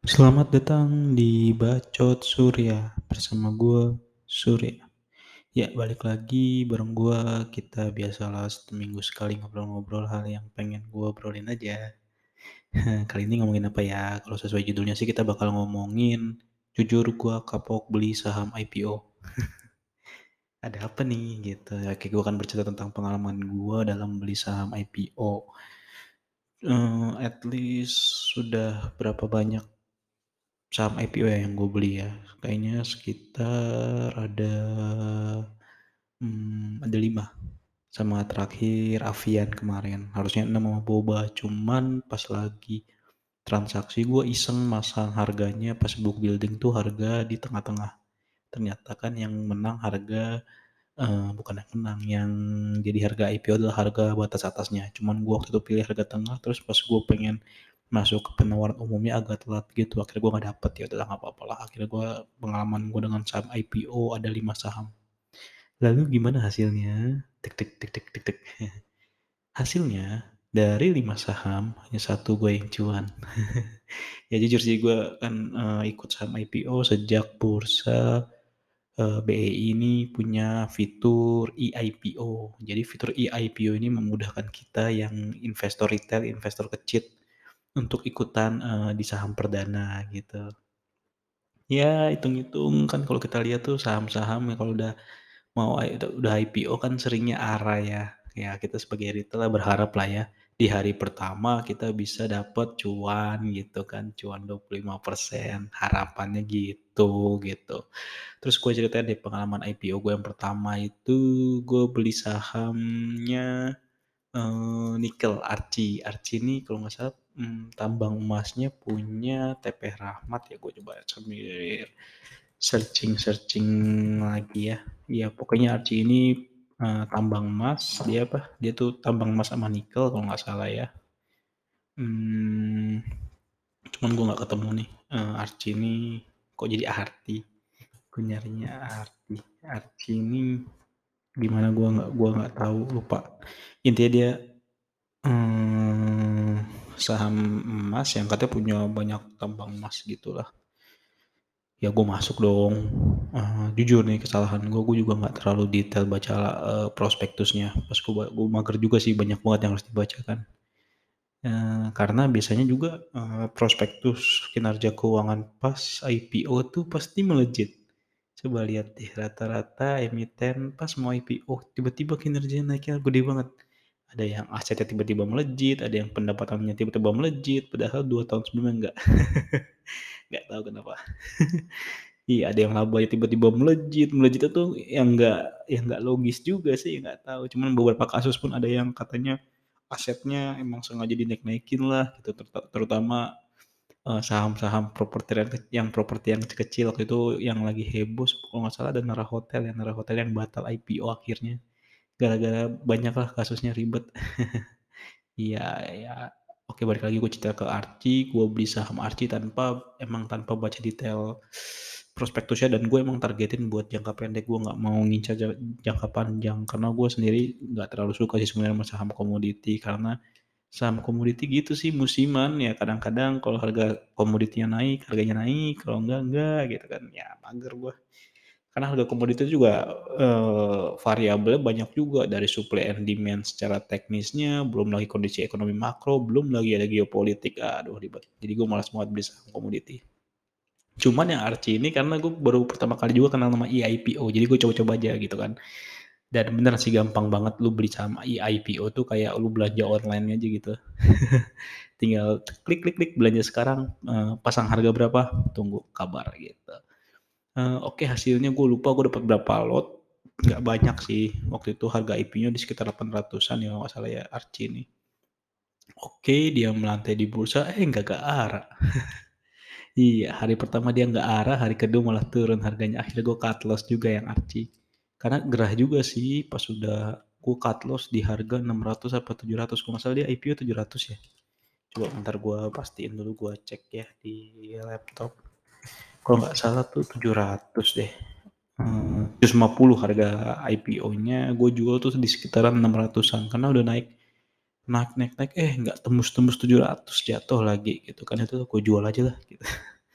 Selamat datang di Bacot Surya bersama gue Surya. Ya balik lagi bareng gue, kita biasalah seminggu sekali ngobrol-ngobrol hal yang pengen gue obrolin aja. Kali ini ngomongin apa ya? Kalau sesuai judulnya sih kita bakal ngomongin jujur gue kapok beli saham IPO. Ada apa nih gitu? Oke, gue akan bercerita tentang pengalaman gue dalam beli saham IPO. At least sudah berapa banyak saham IPO ya yang gue beli ya, kayaknya sekitar ada 5, sama terakhir Avian kemarin, harusnya 6 sama Boba, cuman pas lagi transaksi gue iseng masang harganya pas book building tuh harga di tengah-tengah, ternyata kan yang menang harga bukan yang menang, yang jadi harga IPO adalah harga batas atasnya. Cuman gua waktu itu pilih harga tengah, terus pas gua pengen masuk ke penawaran umumnya agak telat gitu. Akhirnya gua nggak dapet, ya udahlah nggak apa-apa lah. Akhirnya pengalaman gua dengan saham IPO ada 5 saham. Lalu gimana hasilnya? Tek tek tek tek tek tek. Hasilnya dari 5 saham hanya satu gue yang cuan. Ya jujur sih gue kan ikut saham IPO sejak bursa BEI ini punya fitur eIPO. Jadi fitur eIPO ini memudahkan kita yang investor retail, investor kecil untuk ikutan di saham perdana gitu. Ya hitung-hitung kan kalau kita lihat tuh saham-saham yang kalau udah IPO kan seringnya ARA ya. Ya kita sebagai retail berharap lah ya di hari pertama kita bisa dapat cuan gitu kan, cuan 25%, harapannya gitu. Terus gue ceritain deh pengalaman IPO gue yang pertama itu, gue beli sahamnya nikel Arci. Arci ini kalau nggak salah tambang emasnya punya TP Rahmat ya, gue coba sambil searching lagi ya. Ya pokoknya Arci ini tambang emas, dia apa? Dia tuh tambang emas sama nikel kalau nggak salah ya. Hmm, cuman gue nggak ketemu nih. Arci ini kok jadi Arti? Gue nyarinya Arti. Arci ini gimana gua nggak tahu, lupa. Intinya dia hmm, saham emas yang katanya punya banyak tambang emas gitulah. Ya gue masuk dong. Jujur nih kesalahan gue juga nggak terlalu detail baca prospektusnya. Pas gue mager juga sih, banyak banget yang harus dibacakan. Karena biasanya juga prospektus kinerja keuangan pas IPO tuh pasti melejit. Coba lihat deh rata-rata emiten pas mau IPO tiba-tiba kinerjanya naiknya gede banget. Ada yang asetnya tiba-tiba melejit, ada yang pendapatannya tiba-tiba melejit, padahal 2 tahun sebelumnya enggak. Nggak tahu kenapa. Iya, ada yang labanya tiba-tiba melejit itu yang nggak logis juga sih, nggak tahu. Cuman beberapa kasus pun ada yang katanya asetnya emang sengaja dinaik-naikin lah gitu, terutama saham-saham properti yang kecil waktu itu yang lagi heboh, kalau nggak salah ada Nara Hotel yang batal IPO akhirnya, gara-gara banyaklah kasusnya ribet. Iya, ya. Oke, balik lagi gue cerita ke Archie, gue beli saham Archie tanpa baca detail prospektusnya, dan gue emang targetin buat jangka pendek, gue nggak mau ngincar jangka panjang karena gue sendiri nggak terlalu suka sih sebenarnya sama saham komoditi, karena saham komoditi gitu sih musiman ya, kadang-kadang kalau harga komoditinya naik, harganya naik, kalau enggak gitu kan. Ya mager gue. Karena harga komoditi juga variabelnya banyak juga, dari supply and demand secara teknisnya, belum lagi kondisi ekonomi makro, belum lagi ada geopolitik. Aduh ribet. Jadi gue malas banget beli saham komoditi. Cuman yang Archie ini karena gue baru pertama kali juga kenal nama eIPO, jadi gue coba-coba aja gitu kan. Dan bener sih gampang banget lu beli saham eIPO tuh kayak lu belanja online aja gitu. Tinggal klik klik klik belanja sekarang, pasang harga berapa, tunggu kabar gitu. Oke, hasilnya gue lupa gue dapat berapa lot, nggak banyak sih. Waktu itu harga IP-nya di sekitar 800-an ya kalau nggak salah ya, Archie ini. Oke, dia melantai di bursa, nggak ke arah. Iya, hari pertama dia nggak arah, hari kedua malah turun harganya. Akhirnya gue cut loss juga yang Archie. Karena gerah juga sih pas sudah gue cut loss di harga 600 apa 700. Kalau nggak salah dia IPO 700 ya. Coba bentar gue pastiin dulu, gue cek ya di laptop. Kalau nggak salah tuh 700 deh. 150 harga IPO-nya, gue jual tuh di sekitaran 600-an karena udah naik, nggak tembus 700, jatuh lagi gitu kan, itu gue jual aja lah gitu.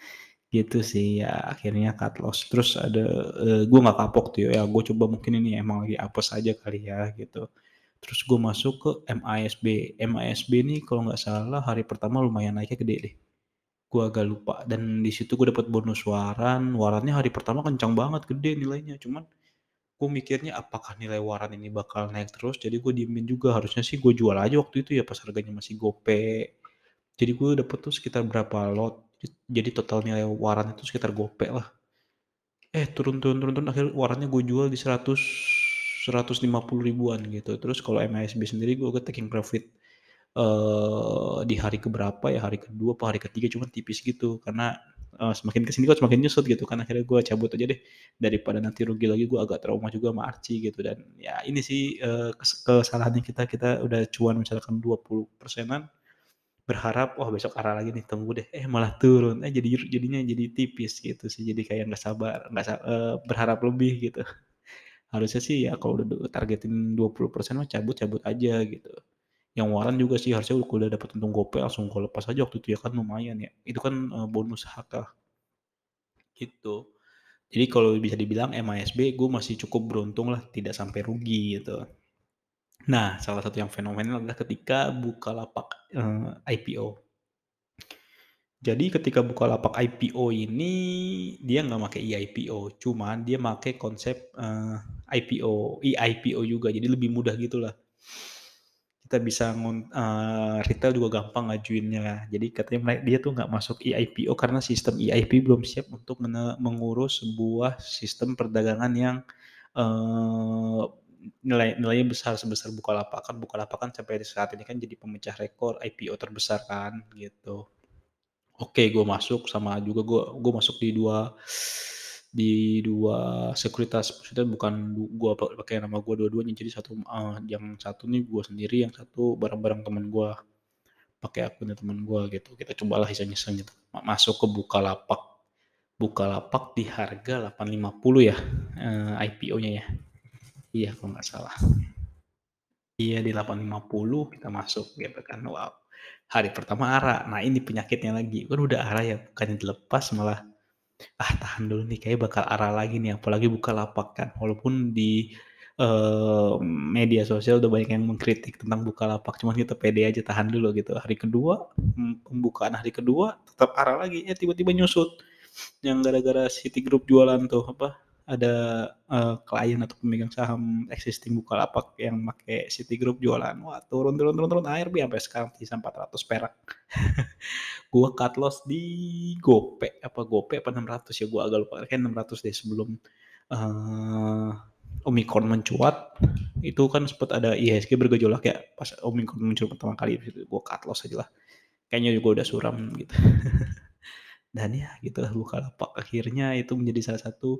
Gitu sih, ya akhirnya cut loss. Terus ada, gue nggak kapok tuh ya, gue coba mungkin ini emang lagi apes aja kali ya gitu. Terus gue masuk ke MASB. MASB ini kalau nggak salah hari pertama lumayan naiknya gede deh. Gue agak lupa dan di situ gue dapet bonus waran, warannya hari pertama kencang banget, gede nilainya. Cuman gue mikirnya apakah nilai waran ini bakal naik terus, jadi gue diemin juga. Harusnya sih gue jual aja waktu itu ya pas harganya masih gope. Jadi gue dapet tuh sekitar berapa lot, jadi total nilai waran itu sekitar gope lah. Turun turun turun turun akhirnya warannya gue jual di 100.000 ribuan gitu. Terus kalau MASB sendiri gue taking profit, di hari ke berapa ya, hari kedua apa hari ketiga cuman tipis gitu karena, semakin ke sini kok semakin nyusut gitu kan akhirnya gue cabut aja deh, daripada nanti rugi lagi gue agak trauma juga sama Archie gitu dan ya ini sih, kesalahannya kita, kita udah cuan misalkan 20%-an, berharap, "Wah besok arah lagi nih, tunggu deh." Malah turun, jadinya jadi tipis gitu sih, jadi kayak nggak sabar, berharap lebih gitu. Harusnya sih ya kalau udah targetin 20% mah cabut-cabut aja gitu. Yang waran juga sih harusnya kalau udah dapet untung gopay langsung gua lepas aja waktu itu ya kan lumayan ya. Itu kan, bonus HK gitu. Jadi kalau bisa dibilang MASB gue masih cukup beruntung lah, tidak sampai rugi gitu. Nah, salah satu yang fenomenal adalah ketika Bukalapak, IPO. Jadi ketika Bukalapak IPO ini, dia nggak make eIPO, cuman dia make konsep, IPO, eIPO juga, jadi lebih mudah gitulah. Kita bisa retail juga gampang ngajuinnya. Jadi katanya dia tuh nggak masuk eIPO karena sistem eIP belum siap untuk mengurus sebuah sistem perdagangan yang, eee, nilainya besar sebesar Bukalapak. Kan Bukalapak kan sampai saat ini kan jadi pemecah rekor IPO terbesar kan, gitu. Oke, gue masuk sama juga gue masuk di dua sekuritas, maksudnya bukan gua pakai nama gue dua-duanya, jadi yang satu nih gue sendiri, yang satu bareng-bareng temen gue, pakai akunnya temen gue gitu. Kita cobalah iseng-iseng gitu, masuk ke Bukalapak. Bukalapak di harga 850 ya, IPO-nya ya. Iya kalau nggak salah. Iya di 850 kita masuk gitu kan, wow. Hari pertama ARA, nah ini penyakitnya lagi, kan udah ARA ya bukannya dilepas malah, tahan dulu nih kayaknya bakal ARA lagi nih apalagi Bukalapak kan. Walaupun di, media sosial udah banyak yang mengkritik tentang Bukalapak, cuman kita pede aja tahan dulu gitu. Hari kedua, pembukaan hari kedua tetap ARA lagi, tiba-tiba nyusut. Yang gara-gara Citigroup jualan tuh, apa, ada, klien atau pemegang saham existing Bukalapak yang make Citigroup jualan, wah turun turun turun turun, akhirnya sampai sekarang sisa Rp400. Gua cut loss di GoPay apa 600 ya, gua agak lupa, kayaknya 600 deh sebelum, eee, Omicron mencuat, itu kan sempet ada IHSG bergejolak ya, pas Omicron muncul pertama kali, di situ gua cut loss aja lah, kayaknya juga udah suram gitu. Dan ya gitulah Bukalapak akhirnya itu menjadi salah satu,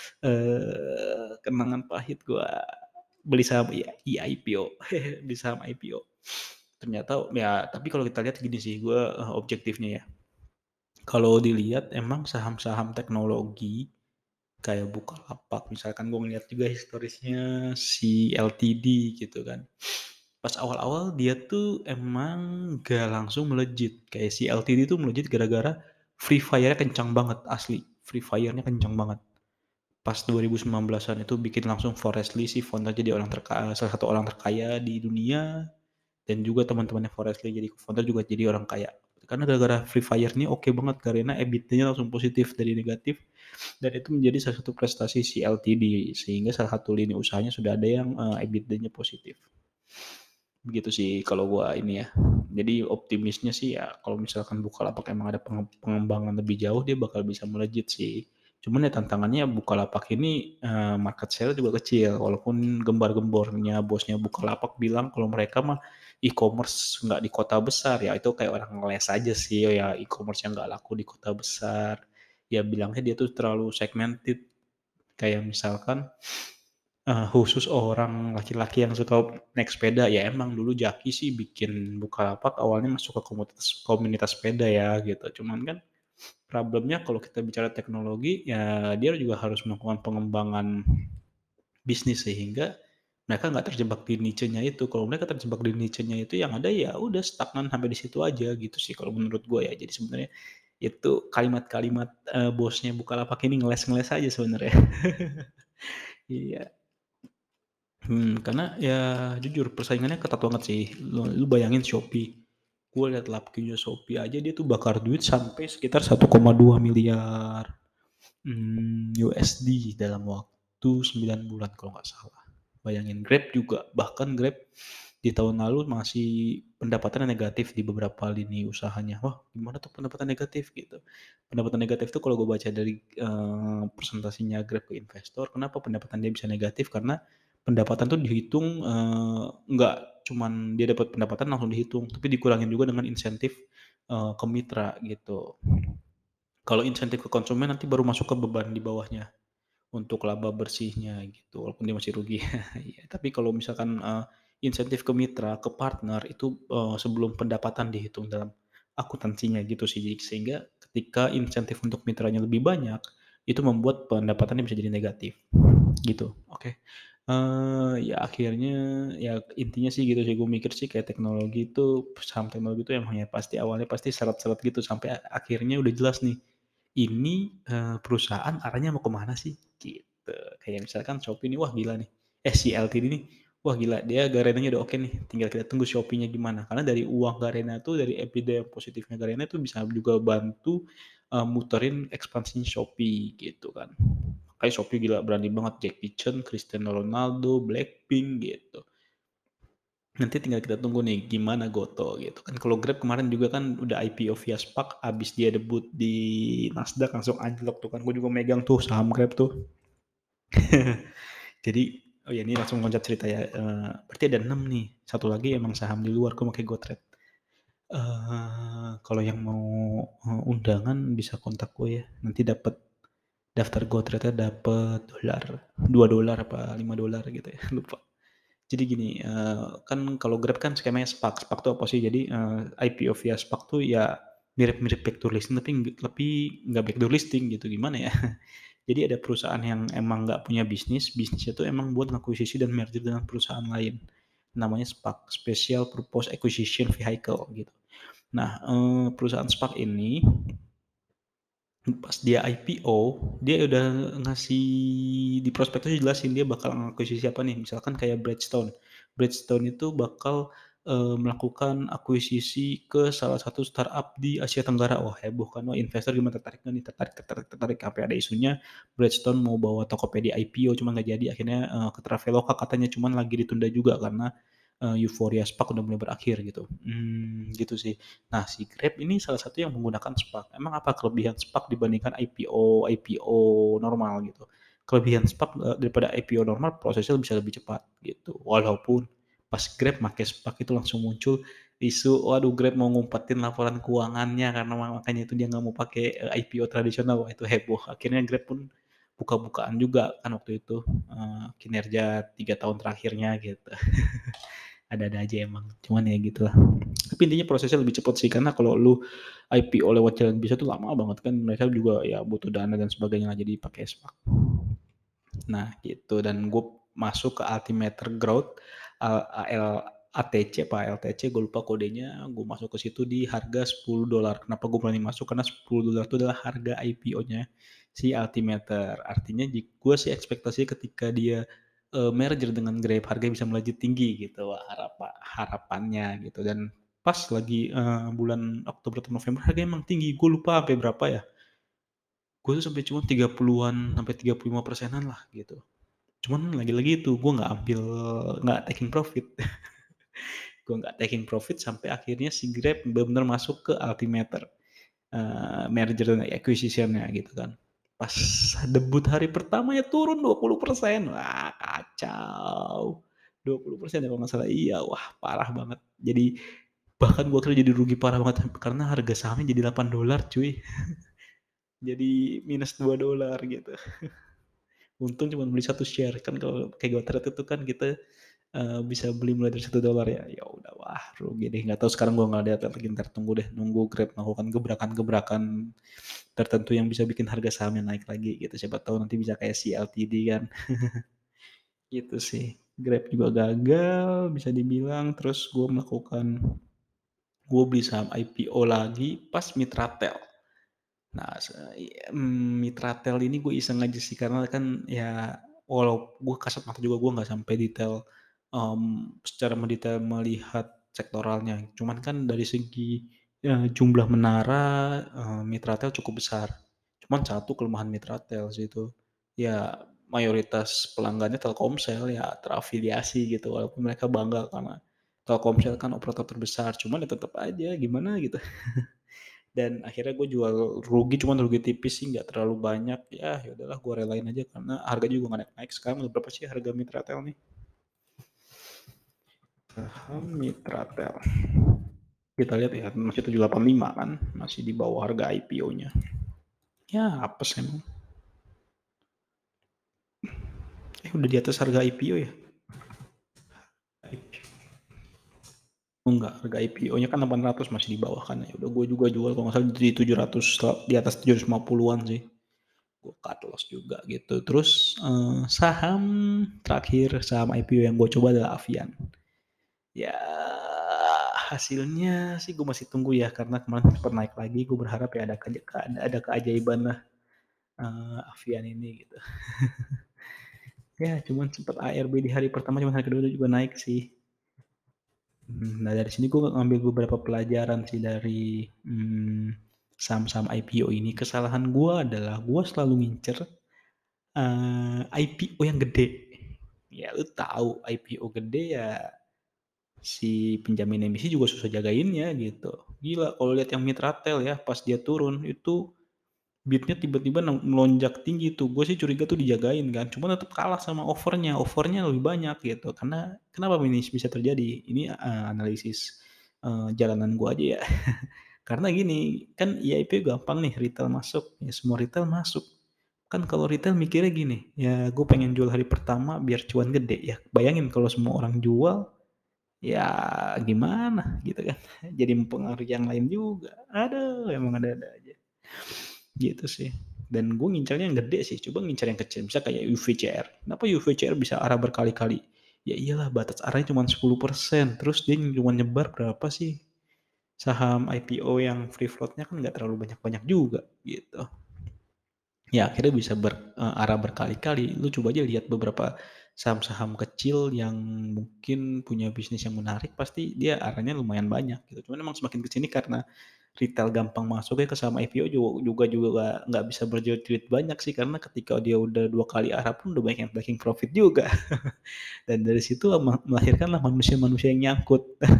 kenangan pahit gua beli saham eIPO, beli saham IPO. Ternyata ya tapi kalau kita lihat gini sih, gua, objektifnya ya, kalau dilihat emang saham-saham teknologi kayak Bukalapak misalkan gue ngeliat juga historisnya si LTD gitu kan. Pas awal-awal dia tuh emang gak langsung melejit, kayak si LTD tuh melejit gara-gara Free Fire-nya kencang banget asli, Free Fire-nya kencang banget. Pas 2019-an itu bikin langsung Forest Lee si founder jadi salah satu orang terkaya di dunia, dan juga teman-temannya Forest Lee jadi founder juga jadi orang kaya. Karena gara-gara Free Fire ini oke banget karena EBITDA-nya langsung positif dari negatif, dan itu menjadi salah satu prestasi si LTD, sehingga salah satu lini usahanya sudah ada yang, EBITDA-nya positif. Begitu sih kalau gua ini ya. Jadi optimisnya sih ya kalau misalkan Bukalapak emang ada pengembangan lebih jauh dia bakal bisa melejit sih. Cuman ya tantangannya Bukalapak ini, market share juga kecil walaupun gembar-gembornya bosnya Bukalapak bilang kalau mereka mah e-commerce nggak di kota besar, ya itu kayak orang ngeles aja sih, ya e-commerce yang nggak laku di kota besar. Ya bilangnya dia tuh terlalu segmented, kayak misalkan, khusus orang laki-laki yang suka naik sepeda, ya emang dulu Jaki sih bikin Bukalapak awalnya masuk ke komunitas komunitas sepeda ya gitu, cuman kan problemnya kalau kita bicara teknologi, ya dia juga harus melakukan pengembangan bisnis sehingga mereka nggak terjebak di niche-nya itu. Kalau mereka terjebak di niche-nya itu yang ada ya udah stagnan sampai di situ aja gitu sih kalau menurut gue ya. Jadi sebenarnya Itu kalimat-kalimat, bosnya Bukalapak ini ngeles-ngeles aja sebenarnya. Iya, karena ya jujur persaingannya ketat banget sih. Lu bayangin Shopee, gue liat Lapkyunya Shopee aja dia tuh bakar duit sampai sekitar 1,2 miliar USD dalam waktu 9 bulan kalau nggak salah. Bayangin Grab juga, bahkan Grab di tahun lalu masih pendapatannya negatif di beberapa lini usahanya. Wah, gimana tuh pendapatan negatif gitu. Pendapatan negatif tuh kalau gue baca dari presentasinya Grab ke investor, kenapa pendapatan dia bisa negatif? Karena pendapatan tuh dihitung nggak cuman dia dapat pendapatan langsung dihitung, tapi dikurangin juga dengan insentif ke mitra gitu. Kalau insentif ke konsumen nanti baru masuk ke beban di bawahnya, untuk laba bersihnya gitu, walaupun dia masih rugi. Iya, tapi kalau misalkan, insentif ke mitra, ke partner itu, sebelum pendapatan dihitung dalam akuntansinya gitu sih. Sehingga ketika insentif untuk mitranya lebih banyak, itu membuat pendapatannya bisa jadi negatif, gitu. Oke. Ya akhirnya ya intinya sih gitu sih, gue mikir sih kayak teknologi itu, saham teknologi itu emang ya pasti awalnya pasti seret-seret gitu sampai akhirnya udah jelas nih, ini, perusahaan arahnya mau ke mana sih, gitu. Kayak misalkan Shopee nih, wah gila nih, si LTD nih, wah gila dia Garenanya udah oke nih, tinggal kita tunggu Shopee-nya gimana. Karena dari uang Garena tuh, dari EBITDA yang positifnya Garena tuh bisa juga bantu, muterin ekspansinya Shopee gitu kan. Makanya Shopee gila berani banget, Jackie Chan, Cristiano Ronaldo, Blackpink gitu. Nanti tinggal kita tunggu nih gimana Goto gitu kan. Kalau Grab kemarin juga kan udah IPO via SPAC, abis dia debut di Nasdaq langsung anjlok tuh kan. Gue juga megang tuh saham Grab tuh. Jadi oh ya ini langsung loncat cerita ya. Berarti ada 6 nih. Satu lagi emang saham di luar gue pakai GoTrade. Kalau yang mau undangan bisa kontak gue ya. Nanti dapat daftar GoTrade-nya dapat dolar, $2 apa $5 gitu ya, lupa. Jadi gini, kan kalau Grab kan skemanya SPAC. SPAC tuh apa sih? Jadi, IPO via SPAC tuh ya mirip-mirip backdoor listing tapi nggak backdoor listing gitu, gimana ya? Jadi ada perusahaan yang emang nggak punya bisnis, bisnisnya tuh emang buat ngakuisisi dan merger dengan perusahaan lain. Namanya SPAC, Special Purpose Acquisition Vehicle gitu. Nah, perusahaan SPAC ini pas dia IPO, dia udah ngasih di prospektusnya jelasin dia bakal ngakuisisi siapa nih, misalkan kayak Bridgestone. Bridgestone itu bakal, melakukan akuisisi ke salah satu startup di Asia Tenggara. Wah heboh kan, wah investor gimana tertarik nggak nih? Tertarik tertarik tertarik, sampai ada isunya Bridgestone mau bawa Tokopedia IPO cuma nggak jadi, akhirnya, ke Traveloka katanya, cuman lagi ditunda juga karena, euforia SPAC udah mulai berakhir gitu. Gitu sih. Nah, si Grab ini salah satu yang menggunakan SPAC. Emang apa kelebihan SPAC dibandingkan IPO normal gitu? Kelebihan SPAC, daripada IPO normal prosesnya bisa lebih cepat gitu. Walaupun pas Grab make SPAC itu langsung muncul isu, waduh Grab mau ngumpetin laporan keuangannya karena makanya itu dia nggak mau pakai, IPO tradisional. Wah itu heboh. Akhirnya Grab pun buka-bukaan juga kan waktu itu, kinerja 3 tahun terakhirnya gitu. Ada-ada aja emang, cuman ya gitulah. Tapi intinya prosesnya lebih cepat sih, karena kalau lu IPO lewat jalan bisa tuh lama banget kan, mereka juga ya butuh dana dan sebagainya lah, jadi pakai SPAC. Nah gitu, dan gue masuk ke Altimeter Growth, ATC apa LTC gue lupa kodenya, gue masuk ke situ di harga $10. Kenapa gue berani masuk? Karena $10 itu adalah harga IPO-nya si Altimeter. Artinya gue sih ekspektasinya ketika dia, merger dengan Grab, harganya bisa melejit tinggi gitu, wah harapannya gitu. Dan pas lagi, bulan Oktober atau November harganya emang tinggi, gue lupa sampai berapa ya, gue tuh sampai cuma 30-an sampai 35%-an lah gitu. Cuman lagi-lagi itu gue nggak taking profit. Gue nggak taking profit sampai akhirnya si Grab bener-bener masuk ke Altimeter, merger dan acquisition-nya gitu kan. Pas debut hari pertamanya turun 20%, wah kacau. 20% ya kalau nggak salah, iya, wah parah banget. Jadi bahkan gua kira jadi rugi parah banget karena harga sahamnya jadi $8 cuy, jadi minus $2 gitu. Untung cuma beli 1 share, kan kalau kayak GoTrade itu kan kita, bisa beli mulai dari $1 ya. Ya udah, wah rugi deh, nggak tahu sekarang gua nggak lihat lagi, entar tunggu deh, nunggu Grab melakukan gebrakan-gebrakan tertentu yang bisa bikin harga sahamnya naik lagi gitu, siapa tahu nanti bisa kayak si LTD kan, gitu sih. Grab juga gagal bisa dibilang, terus gue beli saham IPO lagi pas Mitratel. Nah, Mitratel ini gue iseng aja sih karena kan ya walau gue kasat mata juga gue nggak sampai detail, secara mendetail melihat sektoralnya. Cuman kan dari segi, jumlah menara, Mitratel cukup besar. Cuman satu kelemahan Mitratel sih itu, ya mayoritas pelanggannya Telkomsel ya terafiliasi gitu walaupun mereka bangga karena Telkomsel kan operator terbesar, cuman ya tetep aja gimana gitu. Dan akhirnya gue jual rugi, cuman rugi tipis sih, nggak terlalu banyak. Ya udahlah gue relain aja karena harga juga nggak naik-naik. Sekarang udah berapa sih harga Mitratel nih? Saham Mitratel. Kita lihat ya, masih 785 kan, masih di bawah harga IPO-nya. Ya, apes emang. Udah di atas harga IPO ya? Oh enggak, harga IPO-nya kan 800 masih di bawah kan. Ya udah gue juga jual kalau nggak salah di 700, di atas 750-an sih. Gue cut loss juga gitu. Terus saham terakhir, saham IPO yang gue coba adalah Avian. Ya hasilnya sih gue masih tunggu ya karena kemarin sempat naik lagi. Gue berharap ya ada keajaiban lah Avian ini gitu. Ya cuman sempat ARB di hari pertama, cuman hari kedua juga naik sih. Nah dari sini gue ngambil beberapa pelajaran sih dari saham-saham IPO ini. Kesalahan gue adalah gue selalu ngincer IPO yang gede. Ya lu tahu IPO gede ya si penjamin emisi juga susah jagainnya gitu. Gila kalau lihat yang Mitratel ya pas dia turun itu bidnya tiba-tiba melonjak tinggi tuh. Gue sih curiga tuh dijagain kan. Cuma tetap kalah sama overnya. Overnya lebih banyak gitu. Karena kenapa ini bisa terjadi? Ini analisis jalanan gue aja ya. Karena gini, kan IIP gampang nih retail masuk. Ya semua retail masuk. Kan kalau retail mikirnya gini, ya gue pengen jual hari pertama biar cuan gede ya. Bayangin kalau semua orang jual, ya gimana gitu kan. Jadi mempengaruhi yang lain juga. Aduh, emang ada-ada aja. Gitu sih. Dan gue ngincarnya yang gede sih. Coba ngincar yang kecil. Bisa kayak UVCR. Kenapa UVCR bisa arah berkali-kali? Ya iyalah batas arahnya cuma 10%. Terus dia cuma nyebar berapa sih? Saham IPO yang free floatnya kan nggak terlalu banyak-banyak juga gitu. Ya akhirnya bisa arah berkali-kali. Lu coba aja lihat beberapa saham-saham kecil yang mungkin punya bisnis yang menarik, pasti dia arahnya lumayan banyak gitu. Cuman emang semakin ke sini karena retail gampang masuk ya ke saham IPO juga nggak bisa berjerit-jerit banyak sih, karena ketika dia udah 2 kali arah pun udah banyak yang taking profit juga. Dan dari situ melahirkanlah manusia-manusia yang nyangkut.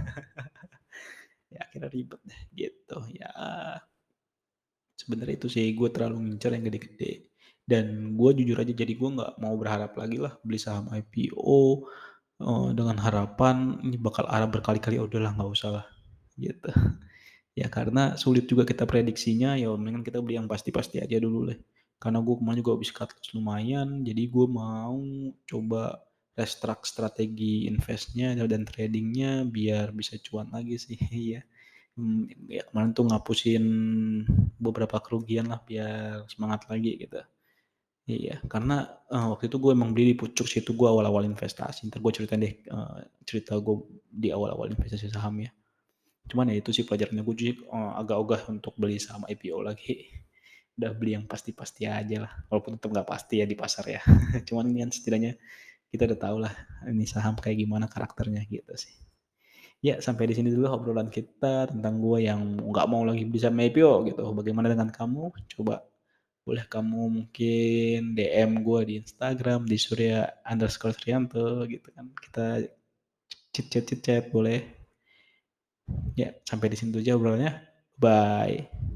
Ya akhirnya ribet deh gitu. Ya sebenarnya itu sih, gue terlalu ngincer yang gede-gede. Dan gue jujur aja jadi gue nggak mau berharap lagi lah beli saham IPO, dengan harapan ini bakal arah berkali-kali, oh udahlah nggak usah lah, gitu. Ya karena sulit juga kita prediksinya, ya mendingan kita beli yang pasti-pasti aja dulu deh. Karena gue kemarin juga habis cut loss lumayan, jadi gue mau coba restruct strategi investnya dan tradingnya biar bisa cuan lagi sih, iya. Ya kemarin tuh ngapusin beberapa kerugian lah biar semangat lagi gitu. Iya, karena, waktu itu gue emang beli di pucuk sih, itu gue awal-awal investasi, entar gue ceritain deh, cerita gue di awal-awal investasi saham ya. Cuman ya itu sih pelajarannya, gue jadi, agak ogah untuk beli saham IPO lagi. Udah beli yang pasti-pasti aja lah, walaupun tetap nggak pasti ya di pasar ya. Cuman ini kan setidaknya kita udah tahu lah ini saham kayak gimana karakternya gitu sih. Ya sampai di sini dulu obrolan kita tentang gue yang nggak mau lagi bisa IPO gitu. Bagaimana dengan kamu? Coba boleh kamu mungkin DM gue di Instagram di surya_trianto gitu kan. Kita chit chat boleh. Ya sampai di sini dulu aja obrolannya. Bye.